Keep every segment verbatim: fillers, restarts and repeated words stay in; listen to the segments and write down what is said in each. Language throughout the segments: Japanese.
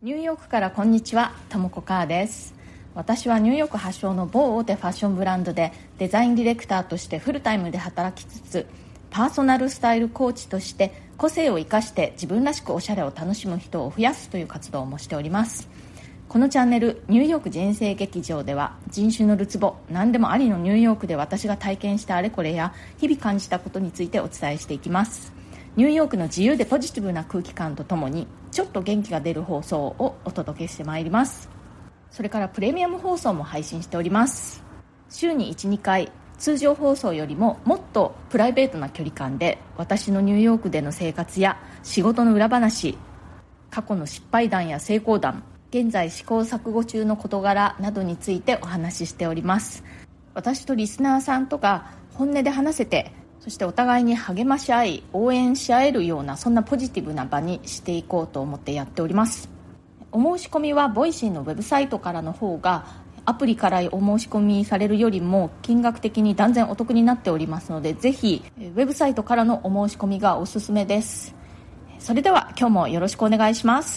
ニューヨークからこんにちは、ともこかーです。私はニューヨーク発祥の某大手ファッションブランドでデザインディレクターとしてフルタイムで働きつつ、パーソナルスタイルコーチとして個性を生かして自分らしくおしゃれを楽しむ人を増やすという活動もしております。このチャンネルニューヨーク人生劇場では、人種のるつぼ何でもありのニューヨークで私が体験したあれこれや日々感じたことについてお伝えしていきます。ニューヨークの自由でポジティブな空気感とともにちょっと元気が出る放送をお届けしてまいります。それからプレミアム放送も配信しております。週に いち,に 回、通常放送よりももっとプライベートな距離感で私のニューヨークでの生活や仕事の裏話、過去の失敗談や成功談、現在試行錯誤中の事柄などについてお話ししております。私とリスナーさんとが本音で話せて、そしてお互いに励まし合い応援し合えるような、そんなポジティブな場にしていこうと思ってやっております。お申し込みはボイシーのウェブサイトからの方が、アプリからお申し込みされるよりも金額的に断然お得になっておりますので、ぜひウェブサイトからのお申し込みがおすすめです。それでは今日もよろしくお願いします。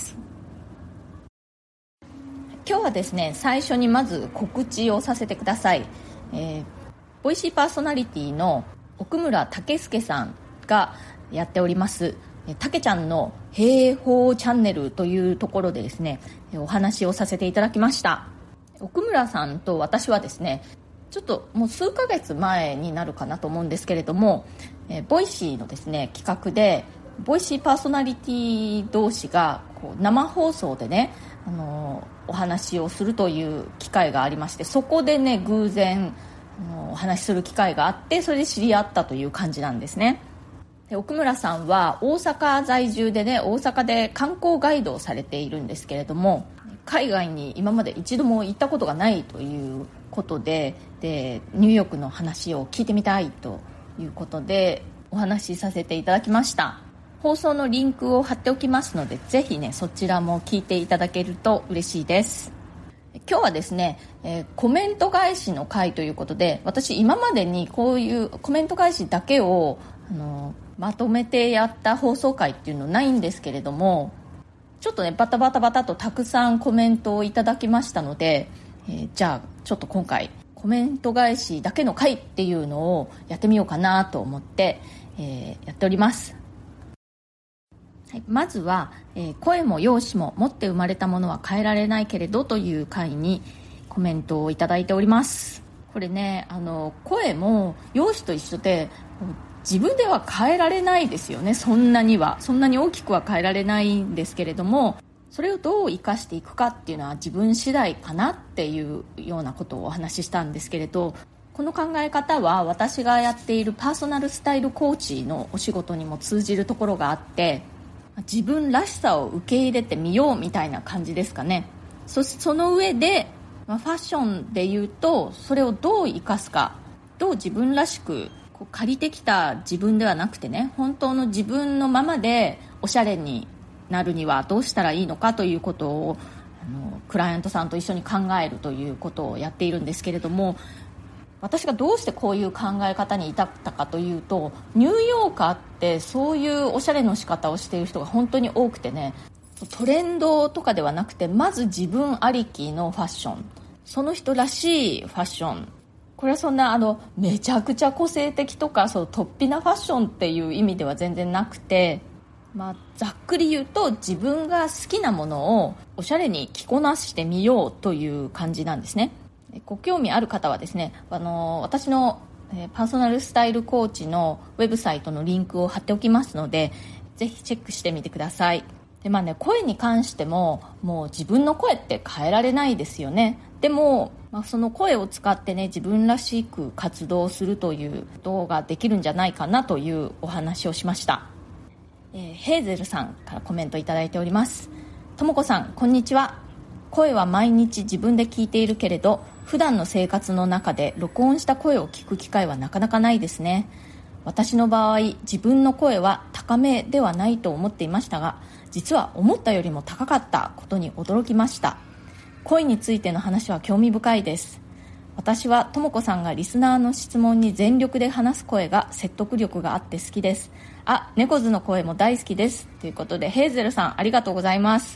今日はですね、最初にまず告知をさせてください。えー、ボイシーパーソナリティの奥村武介さんがやっておりますたけちゃんの平方チャンネルというところでですね、お話をさせていただきました。奥村さんと私はですね、ちょっともう数ヶ月前になるかなと思うんですけれども、えボイシーのですね企画で、ボイシーパーソナリティ同士がこう生放送でね、あのお話をするという機会がありまして、そこでね偶然お話しする機会があって、それで知り合ったという感じなんですね。で、奥村さんは大阪在住でね、大阪で観光ガイドをされているんですけれども、海外に今まで一度も行ったことがないということで、でニューヨークの話を聞いてみたいということでお話しさせていただきました。放送のリンクを貼っておきますので、ぜひねそちらも聞いていただけると嬉しいです。今日はですね、えー、コメント返しの回ということで、私今までにこういうコメント返しだけをあのまとめてやった放送回っていうのないんですけれども、ちょっとねバタバタバタとたくさんコメントをいただきましたので、えー、じゃあちょっと今回コメント返しだけの回っていうのをやってみようかなと思って、えー、やっております。はい、まずは、えー、声も容姿も持って生まれたものは変えられないけれどという回にコメントをいただいております。これね、あの声も容姿と一緒で自分では変えられないですよね。そんなにはそんなに大きくは変えられないんですけれども、それをどう生かしていくかっていうのは自分次第かなっていうようなことをお話ししたんですけれど、この考え方は私がやっているパーソナルスタイルコーチのお仕事にも通じるところがあって、自分らしさを受け入れてみようみたいな感じですかね。 そ, その上で、まあ、ファッションでいうと、それをどう生かすか、どう自分らしくこう借りてきた自分ではなくてね、本当の自分のままでおしゃれになるにはどうしたらいいのかということを、あのクライアントさんと一緒に考えるということをやっているんですけれども、私がどうしてこういう考え方に至ったかというと、ニューヨーカーってそういうおしゃれの仕方をしている人が本当に多くてね、トレンドとかではなくて、まず自分ありきのファッション、その人らしいファッション、これはそんなあのめちゃくちゃ個性的とか、そう突飛なファッションっていう意味では全然なくて、まあ、ざっくり言うと自分が好きなものをおしゃれに着こなしてみようという感じなんですね。ご興味ある方はですね、あの私のパーソナルスタイルコーチのウェブサイトのリンクを貼っておきますので、ぜひチェックしてみてください。で、まあね、声に関してももう自分の声って変えられないですよね。でも、まあ、その声を使ってね、自分らしく活動するということができるんじゃないかなというお話をしました。えー、ヘーゼルさんからコメントいただいております。ともこさん、こんにちは。声は毎日自分で聞いているけれど、普段の生活の中で録音した声を聞く機会はなかなかないですね。私の場合、自分の声は高めではないと思っていましたが、実は思ったよりも高かったことに驚きました。声についての話は興味深いです。私はともこさんがリスナーの質問に全力で話す声が説得力があって好きです。あ、猫図の声も大好きです。ということで、ヘーゼルさん、ありがとうございます。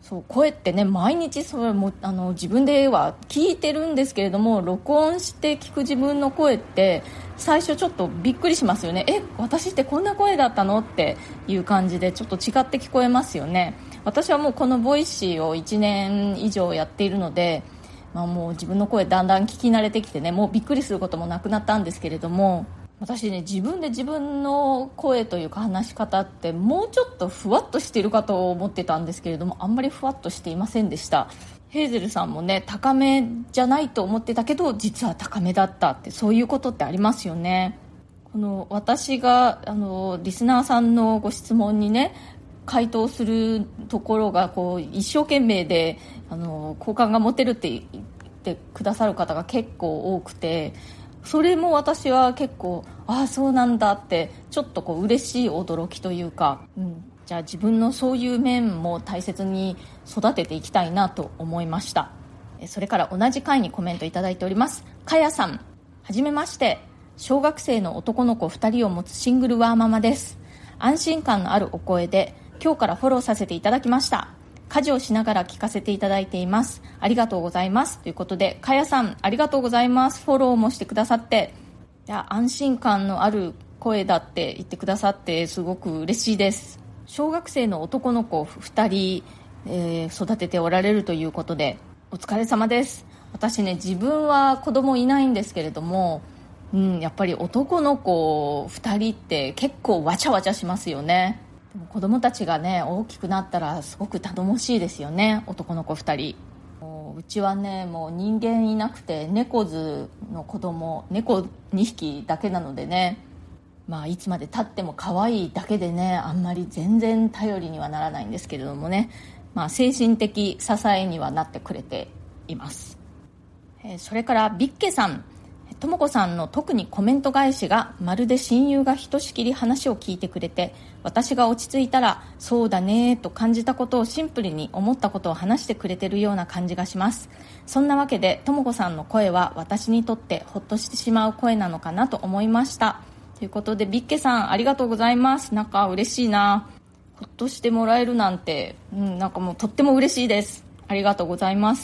そう声ってね、毎日それもあの自分では聞いてるんですけれども、録音して聞く自分の声って最初ちょっとびっくりしますよね。え、私ってこんな声だったのっていう感じでちょっと違って聞こえますよね。私はもうこのボイシーをいちねん以上やっているので、まあ、もう自分の声だんだん聞き慣れてきてね、もうびっくりすることもなくなったんですけれども、私ね、自分で自分の声というか話し方ってもうちょっとふわっとしているかと思ってたんですけれども、あんまりふわっとしていませんでした。ヘーゼルさんもね、高めじゃないと思ってたけど実は高めだったって、そういうことってありますよね。この私があのリスナーさんのご質問にね回答するところがこう一生懸命であの好感が持てるって言ってくださる方が結構多くて、それも私は結構、ああそうなんだってちょっとこう嬉しい驚きというか、うん、じゃあ自分のそういう面も大切に育てていきたいなと思いました。それから同じ回にコメントいただいております。かやさん、はじめまして。小学生の男の子ふたりを持つシングルワーママです。安心感のあるお声で今日からフォローさせていただきました。家事をしながら聞かせていただいています。ありがとうございます。ということで、かやさんありがとうございます。フォローもしてくださって、いや安心感のある声だって言ってくださってすごく嬉しいです。小学生の男の子ふたり、えー、育てておられるということでお疲れ様です。私ね、自分は子供いないんですけれども、うん、やっぱり男の子ふたりって結構わちゃわちゃしますよね。でも子供たちがね大きくなったらすごく頼もしいですよね、男の子ふたり。うちはね、もう人間いなくて猫図の子供猫にひきだけなのでね、まあいつまで経っても可愛いだけでね、あんまり全然頼りにはならないんですけれどもね、まあ精神的支えにはなってくれています。えー、それからビッケさん、ともこさんの特にコメント返しがまるで親友がひとしきり話を聞いてくれて、私が落ち着いたらそうだねと感じたことをシンプルに思ったことを話してくれているような感じがします。そんなわけでともこさんの声は私にとってほっとしてしまう声なのかなと思いました。ということでビッケさんありがとうございます。なんか嬉しいな、ほっとしてもらえるなんて、うん、なんかもうとっても嬉しいです。ありがとうございます。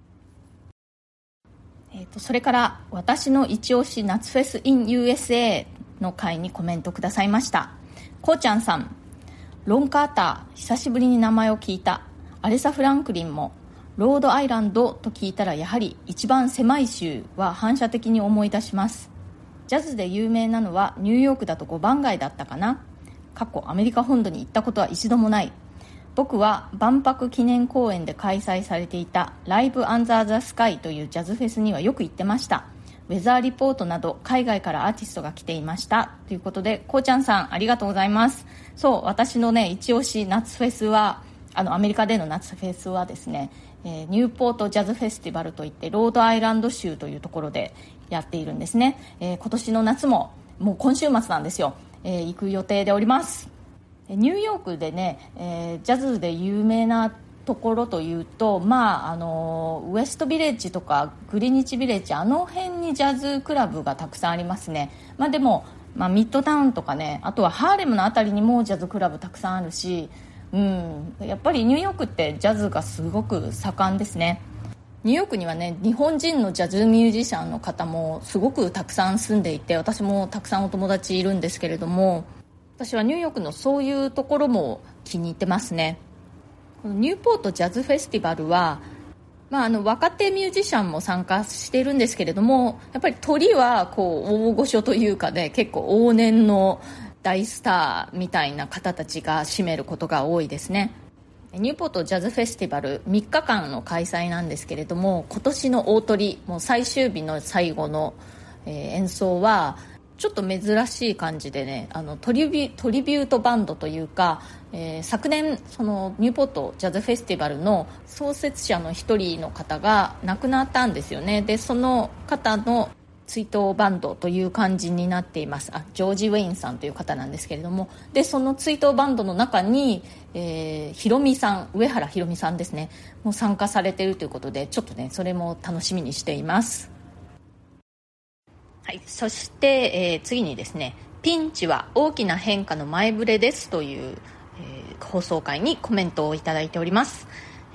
えーと、それから私の一押し夏フェス in ユーエスエー の回にコメントくださいました。こうちゃんさん、ロン・カーター久しぶりに名前を聞いた。アレサ・フランクリンもロードアイランドと聞いたらやはり一番狭い州は反射的に思い出します。ジャズで有名なのはニューヨークだとごばん街だったかな。過去アメリカ本土に行ったことは一度もない。僕は万博記念公園で開催されていたライブアンダーザスカイというジャズフェスにはよく行ってました。ウェザーリポートなど海外からアーティストが来ていましたということで、こうちゃんさんありがとうございます。そう、私のね一押し夏フェスは、あのアメリカでの夏フェスはですね、えー、ニューポートジャズフェスティバルといってロードアイランド州というところでやっているんですね。えー、今年の夏ももう今週末なんですよ。えー、行く予定でおります。ニューヨークでね、えー、ジャズで有名なところというと、まあ、あのウエストビレッジとかグリニッジビレッジ、あの辺にジャズクラブがたくさんありますね。まあ、でも、まあ、ミッドタウンとかね、あとはハーレムのあたりにもジャズクラブたくさんあるし、うん、やっぱりニューヨークってジャズがすごく盛んですね。ニューヨークにはね、日本人のジャズミュージシャンの方もすごくたくさん住んでいて、私もたくさんお友達いるんですけれども、私はニューヨークのそういうところも気に入ってますね。このニューポートジャズフェスティバルは、まあ、あの若手ミュージシャンも参加しているんですけれども、やっぱりトリはこう大御所というかね、結構往年の大スターみたいな方たちが占めることが多いですね。ニューポートジャズフェスティバルみっかかんの開催なんですけれども、今年の大トリ、もう最終日の最後の、えー、演奏はちょっと珍しい感じでね、あのトリビュ、トリビュートバンドというか、えー、昨年そのニューポートジャズフェスティバルの創設者の一人の方が亡くなったんですよね。でその方の追悼バンドという感じになっています。あジョージ・ウェインさんという方なんですけれども、でその追悼バンドの中に、えー、ひろみさん、上原ひろみさんですね、もう参加されているということで、ちょっとねそれも楽しみにしています。はい、そして、えー、次にですね、ピンチは大きな変化の前触れですという、えー、放送回にコメントをいただいております。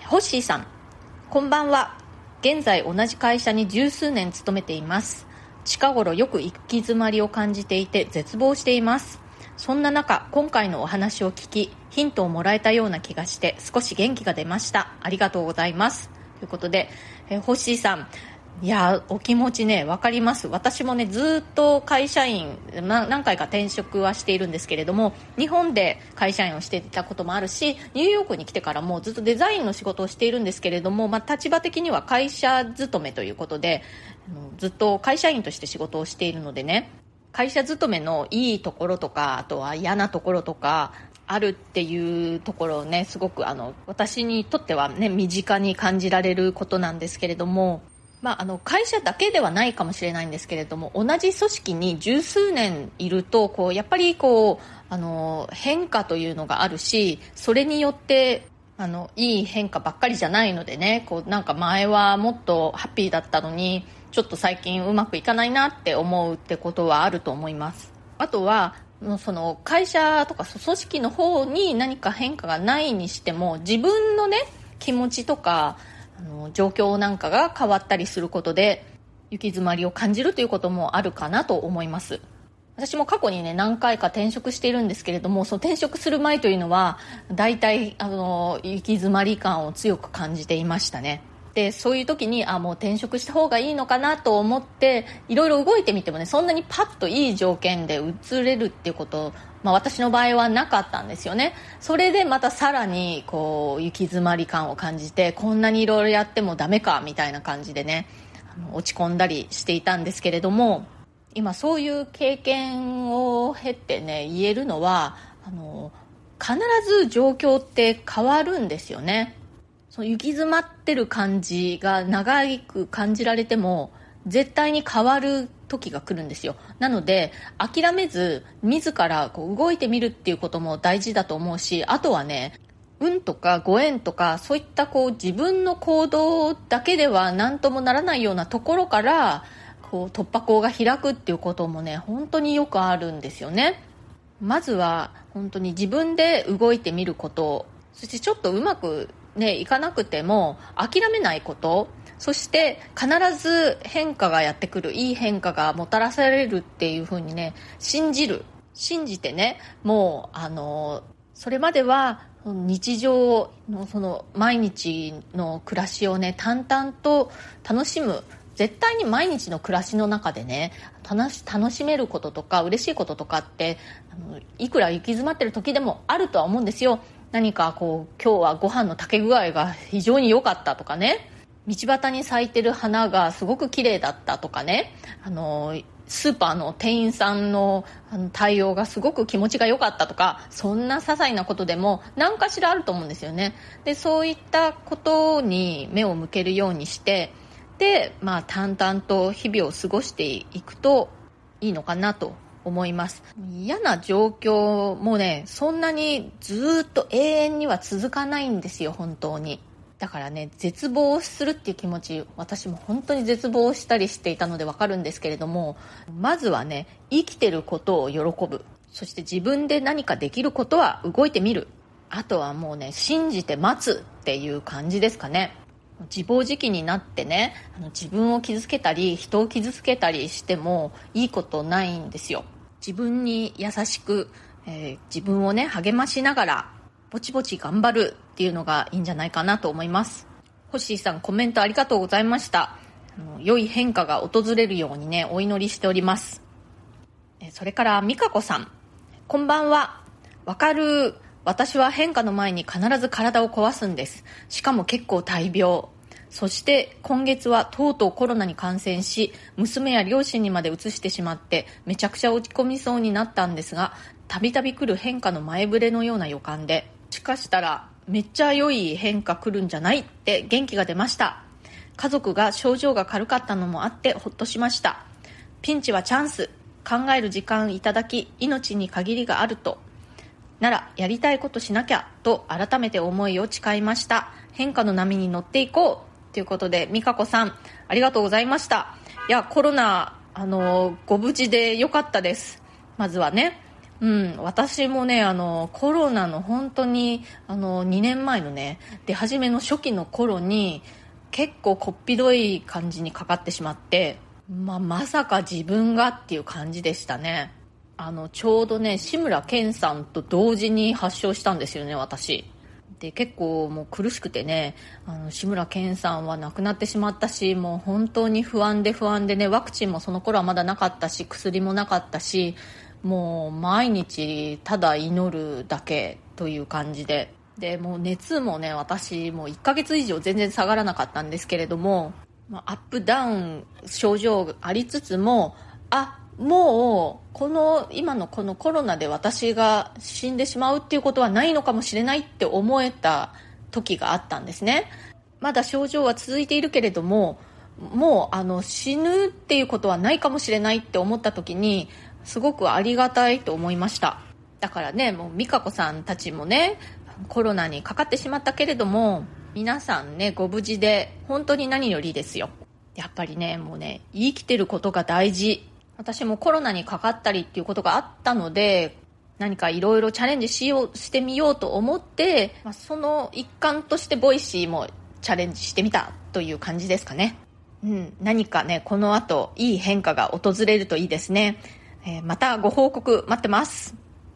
ホッシーさん、こんばんは。現在同じ会社に十数年勤めています。近頃よく行き詰まりを感じていて絶望しています。そんな中、今回のお話を聞き、ヒントをもらえたような気がして少し元気が出ました。ありがとうございます。ということで、えー、ホッシーさん、いやお気持ちね分かります。私もねずっと会社員何回か転職はしているんですけれども、日本で会社員をしていたこともあるし、ニューヨークに来てからもずっとデザインの仕事をしているんですけれども、まあ、立場的には会社勤めということでずっと会社員として仕事をしているのでね、会社勤めのいいところとか、あとは嫌なところとかあるっていうところをね、すごくあの私にとってはね身近に感じられることなんですけれども、まあ、あの会社だけではないかもしれないんですけれども、同じ組織に十数年いるとこうやっぱりこうあの変化というのがあるし、それによってあのいい変化ばっかりじゃないのでね、こうなんか前はもっとハッピーだったのにちょっと最近うまくいかないなって思うってことはあると思います。あとはその会社とか組織の方に何か変化がないにしても、自分のね気持ちとかあの状況なんかが変わったりすることで行き詰まりを感じるということもあるかなと思います。私も過去にね何回か転職しているんですけれども、その転職する前というのは大体あの行き詰まり感を強く感じていましたね。でそういう時にあもう転職した方がいいのかなと思っていろいろ動いてみてもね、そんなにパッといい条件で移れるっていうこと、まあ、私の場合はなかったんですよね。それでまたさらにこう行き詰まり感を感じて、こんなにいろいろやってもダメかみたいな感じでね、あの落ち込んだりしていたんですけれども、今そういう経験を経てね言えるのは、あの必ず状況って変わるんですよね。その行き詰まってる感じが長く感じられても絶対に変わる時が来るんですよ。なので諦めず自らこう動いてみるっていうことも大事だと思うし、あとはね運とかご縁とかそういったこう自分の行動だけでは何ともならないようなところからこう突破口が開くっていうこともね本当によくあるんですよね。まずは本当に自分で動いてみること、そしてちょっとうまくね、いかなくても諦めないこと、そして必ず変化がやってくる、いい変化がもたらされるっていう風にね信じる、信じてね、もうあのそれまでは日常のその毎日の暮らしをね淡々と楽しむ。絶対に毎日の暮らしの中でね楽し、楽しめることとか嬉しいこととかってあのいくら行き詰まってる時でもあるとは思うんですよ。何かこう今日はご飯の炊け具合が非常に良かったとかね、道端に咲いてる花がすごく綺麗だったとかね、あのスーパーの店員さんの対応がすごく気持ちが良かったとか、そんな些細なことでも何かしらあると思うんですよね。でそういったことに目を向けるようにしてで、まあ、淡々と日々を過ごしていくといいのかなと思います。嫌な状況もねそんなにずっと永遠には続かないんですよ、本当に。だからね絶望するっていう気持ち、私も本当に絶望したりしていたのでわかるんですけれども、まずはね生きてることを喜ぶ、そして自分で何かできることは動いてみる、あとはもうね信じて待つっていう感じですかね。自暴自棄になってねあの自分を傷つけたり人を傷つけたりしてもいいことないんですよ。自分に優しく、えー、自分をね励ましながらぼちぼち頑張るっていうのがいいんじゃないかなと思います。ホッシーさんコメントありがとうございました。あの良い変化が訪れるようにねお祈りしております。それから美香子さん、こんばんは。わかる。私は変化の前に必ず体を壊すんです。しかも結構大病。そして今月はとうとうコロナに感染し、娘や両親にまで移してしまってめちゃくちゃ落ち込みそうになったんですが、たびたび来る変化の前触れのような予感で、もしかしたらめっちゃ良い変化来るんじゃないって元気が出ました。家族が症状が軽かったのもあってほっとしました。ピンチはチャンス。考える時間いただき、命に限りがあるとならやりたいことしなきゃと改めて思いを誓いました。変化の波に乗っていこうということで、美香子さんありがとうございました。いやコロナあのご無事でよかったです。まずはねうん、私もねあのコロナの本当にあのにねんまえのね出始めの初期の頃に結構こっぴどい感じにかかってしまって、まあ、まさか自分がっていう感じでしたね。あのちょうどね志村けんさんと同時に発症したんですよね、私で。結構もう苦しくてね、あの志村けんさんは亡くなってしまったし、もう本当に不安で不安でね、ワクチンもその頃はまだなかったし薬もなかったし、もう毎日ただ祈るだけという感じで、でもう熱もね私もういっかげつ以上全然下がらなかったんですけれども、アップダウン症状ありつつも、あもうこの今のこのコロナで私が死んでしまうっていうことはないのかもしれないって思えた時があったんですね。まだ症状は続いているけれども、もうあの死ぬっていうことはないかもしれないって思った時にすごくありがたいと思いました。だからね、もう美香子さんたちもねコロナにかかってしまったけれども、皆さんねご無事で本当に何よりですよ。やっぱりねもうね生きてることが大事。私もコロナにかかったりっていうことがあったので、何かいろいろチャレンジしようしてみようと思って、まあ、その一環としてボイシーもチャレンジしてみたという感じですかね。うん、何かねこの後いい変化が訪れるといいですね。えー、またご報告待ってます。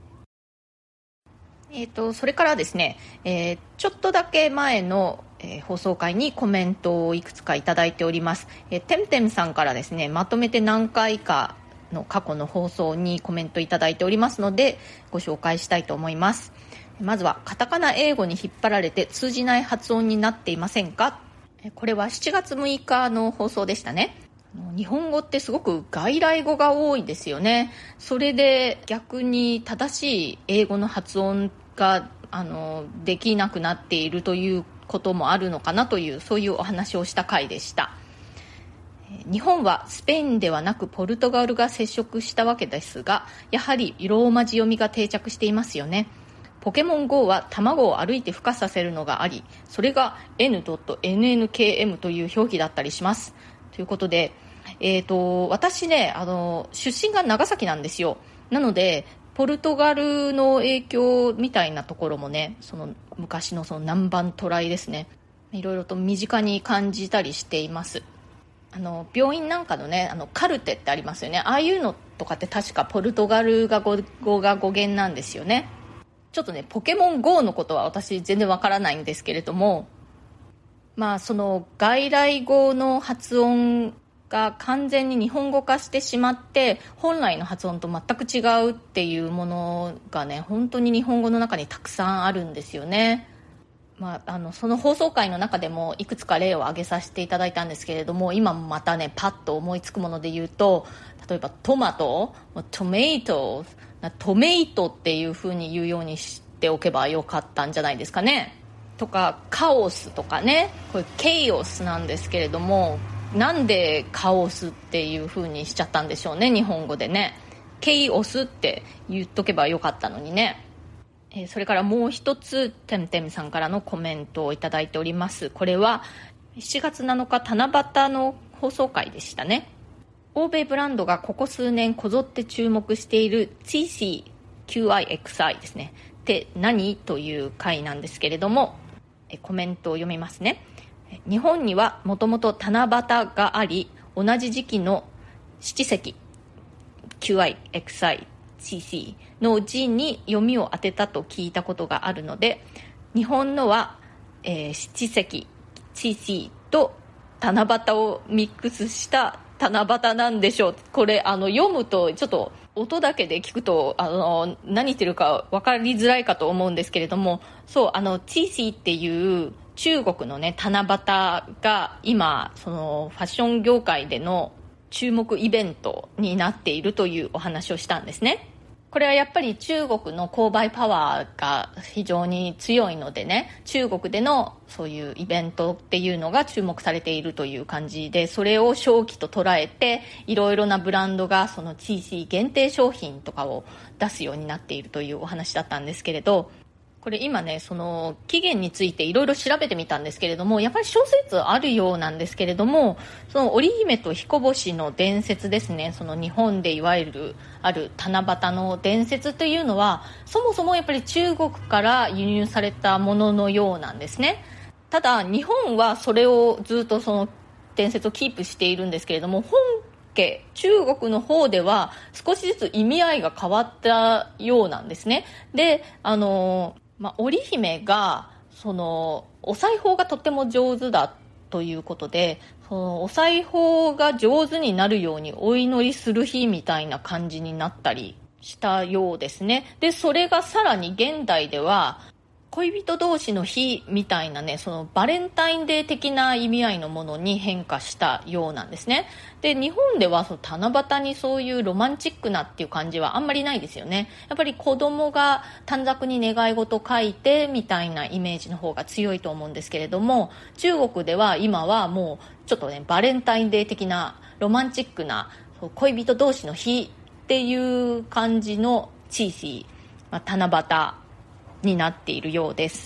えーと、それからですね、えー、ちょっとだけ前の、えー、放送回にコメントをいくつかいただいております。えー、てんてんさんからですね、まとめて何回かの過去の放送にコメントいただいておりますのでご紹介したいと思います。まずは、カタカナ英語に引っ張られて通じない発音になっていませんか。これはしちがつむいかの放送でしたね。日本語ってすごく外来語が多いですよね。それで逆に正しい英語の発音があのできなくなっているということもあるのかなという、そういうお話をした回でした。日本はスペインではなくポルトガルが接触したわけですが、やはりローマ字読みが定着していますよね。ポケモン ゴー は卵を歩いて孵化させるのがあり、それが エヌエヌエヌケーエム という表記だったりしますということで、えーと、私ねあの出身が長崎なんですよ。なのでポルトガルの影響みたいなところもね、その昔のその南蛮渡来ですね、いろいろと身近に感じたりしています。あの病院なんかのねあのカルテってありますよね。ああいうのとかって確かポルトガル語が語源なんですよね。ちょっとねポケモン ゴー のことは私全然わからないんですけれども、まあその外来語の発音が完全に日本語化してしまって本来の発音と全く違うっていうものがね本当に日本語の中にたくさんあるんですよね。まあ、あのその放送回の中でもいくつか例を挙げさせていただいたんですけれども、今もまたねパッと思いつくもので言うと、例えばトマト、トメイト、トメイトっていう風に言うようにしておけばよかったんじゃないですかね。とかカオスとかね、これケイオスなんですけれども、なんでカオスっていう風にしちゃったんでしょうね、日本語でね。ケイオスって言っとけばよかったのにね。えー、それからもう一つてんてんさんからのコメントをいただいております。これはしちがつなのか七夕の放送回でしたね。欧米ブランドがここ数年こぞって注目している ティーシーキューアイエックスアイ ですねって何という回なんですけれども、えコメントを読みますね。日本にはもともと七夕があり、同じ時期の七石 キューアイエックスアイティーシー の字に読みを当てたと聞いたことがあるので、日本のは、えー、七石 ティーシー と七夕をミックスした七夕なんでしょう。これあの読むとちょっと音だけで聞くとあの何言ってるか分かりづらいかと思うんですけれども、そうあの ティーシー っていう中国のね七夕が今そのファッション業界での注目イベントになっているというお話をしたんですね。これはやっぱり中国の購買パワーが非常に強いのでね、中国でのそういうイベントっていうのが注目されているという感じで、それを商機と捉えていろいろなブランドがその ティーシー 限定商品とかを出すようになっているというお話だったんですけれど、 これ今ね、その起源についていろいろ調べてみたんですけれども、やっぱり諸説あるようなんですけれども、その織姫と彦星の伝説ですね、その日本でいわゆるある七夕の伝説というのは、そもそもやっぱり中国から輸入されたもののようなんですね。ただ日本はそれをずっとその伝説をキープしているんですけれども、本家中国の方では少しずつ意味合いが変わったようなんですね。で、あのまあ、織姫がそのお裁縫がとっても上手だということで、そのお裁縫が上手になるようにお祈りする日みたいな感じになったりしたようですね。で、それがさらに現代では恋人同士の日みたいなね、そのバレンタインデー的な意味合いのものに変化したようなんですね。で、日本ではその七夕にそういうロマンチックなっていう感じはあんまりないですよね。やっぱり子供が短冊に願い事書いてみたいなイメージの方が強いと思うんですけれども、中国では今はもうちょっとね、バレンタインデー的なロマンチックな恋人同士の日っていう感じのチーシー、まあ、七夕になっているようです。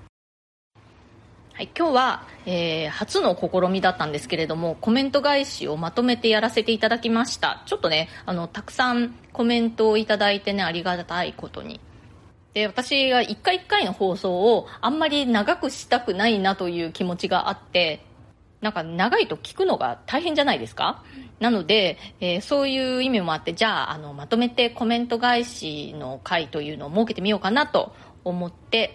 はい、今日は、えー、初の試みだったんですけれども、コメント返しをまとめてやらせていただきました。ちょっとね、あのたくさんコメントをいただいてね、ありがたいことに。で、私が一回一回の放送をあんまり長くしたくないなという気持ちがあって、なんか長いと聞くのが大変じゃないですか。なので、えー、そういう意味もあって、じゃあ、あのまとめてコメント返しの回というのを設けてみようかなと思って、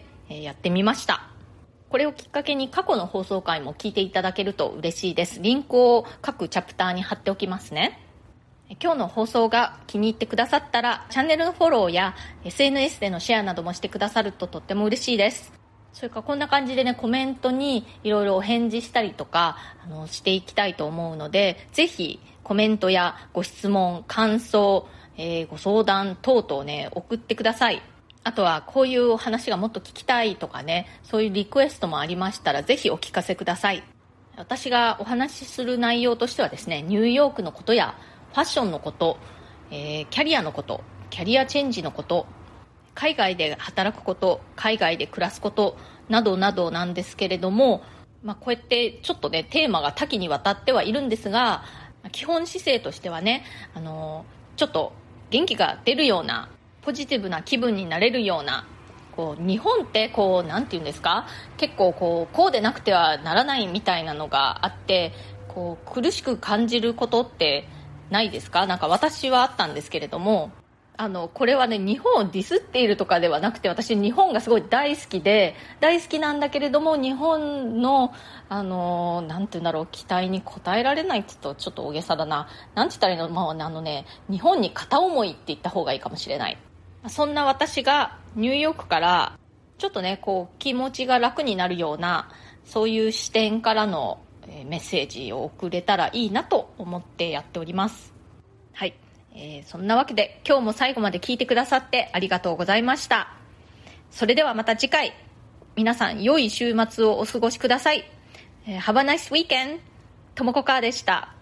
えー、やってみました。これをきっかけに過去の放送回も聞いていただけると嬉しいです。リンクを各チャプターに貼っておきますね。今日の放送が気に入ってくださったら、チャンネルのフォローや エスエヌエス でのシェアなどもしてくださるととっても嬉しいです。それからこんな感じでね、コメントにいろいろお返事したりとかあのしていきたいと思うので、ぜひコメントやご質問、感想、えー、ご相談等々ね、送ってください。あとはこういうお話がもっと聞きたいとかね、そういうリクエストもありましたら、ぜひお聞かせください。私がお話しする内容としてはですね、ニューヨークのことやファッションのこと、えー、キャリアのこと、キャリアチェンジのこと、海外で働くこと、海外で暮らすことなどなどなんですけれども、まあ、こうやってちょっとね、テーマが多岐にわたってはいるんですが、基本姿勢としてはね、あのー、ちょっと元気が出るような、ポジティブな気分になれるような、こう日本ってこうなんていうんですか、結構こうこうでなくてはならないみたいなのがあって、こう苦しく感じることってないですか？なんか私はあったんですけれども、あのこれはね、日本をディスっているとかではなくて、私日本がすごい大好きで大好きなんだけれども、日本のあのなんていうんだろう、期待に応えられないって言うとちょっと大げさだな、なんて言ったらいいの、まあ、あのね、日本に片思いって言った方がいいかもしれない。そんな私がニューヨークからちょっとね、こう気持ちが楽になるような、そういう視点からのメッセージを送れたらいいなと思ってやっております。はい、えー、そんなわけで今日も最後まで聞いてくださってありがとうございました。それではまた次回、皆さん良い週末をお過ごしください。Have a nice weekend. ともこかーでした。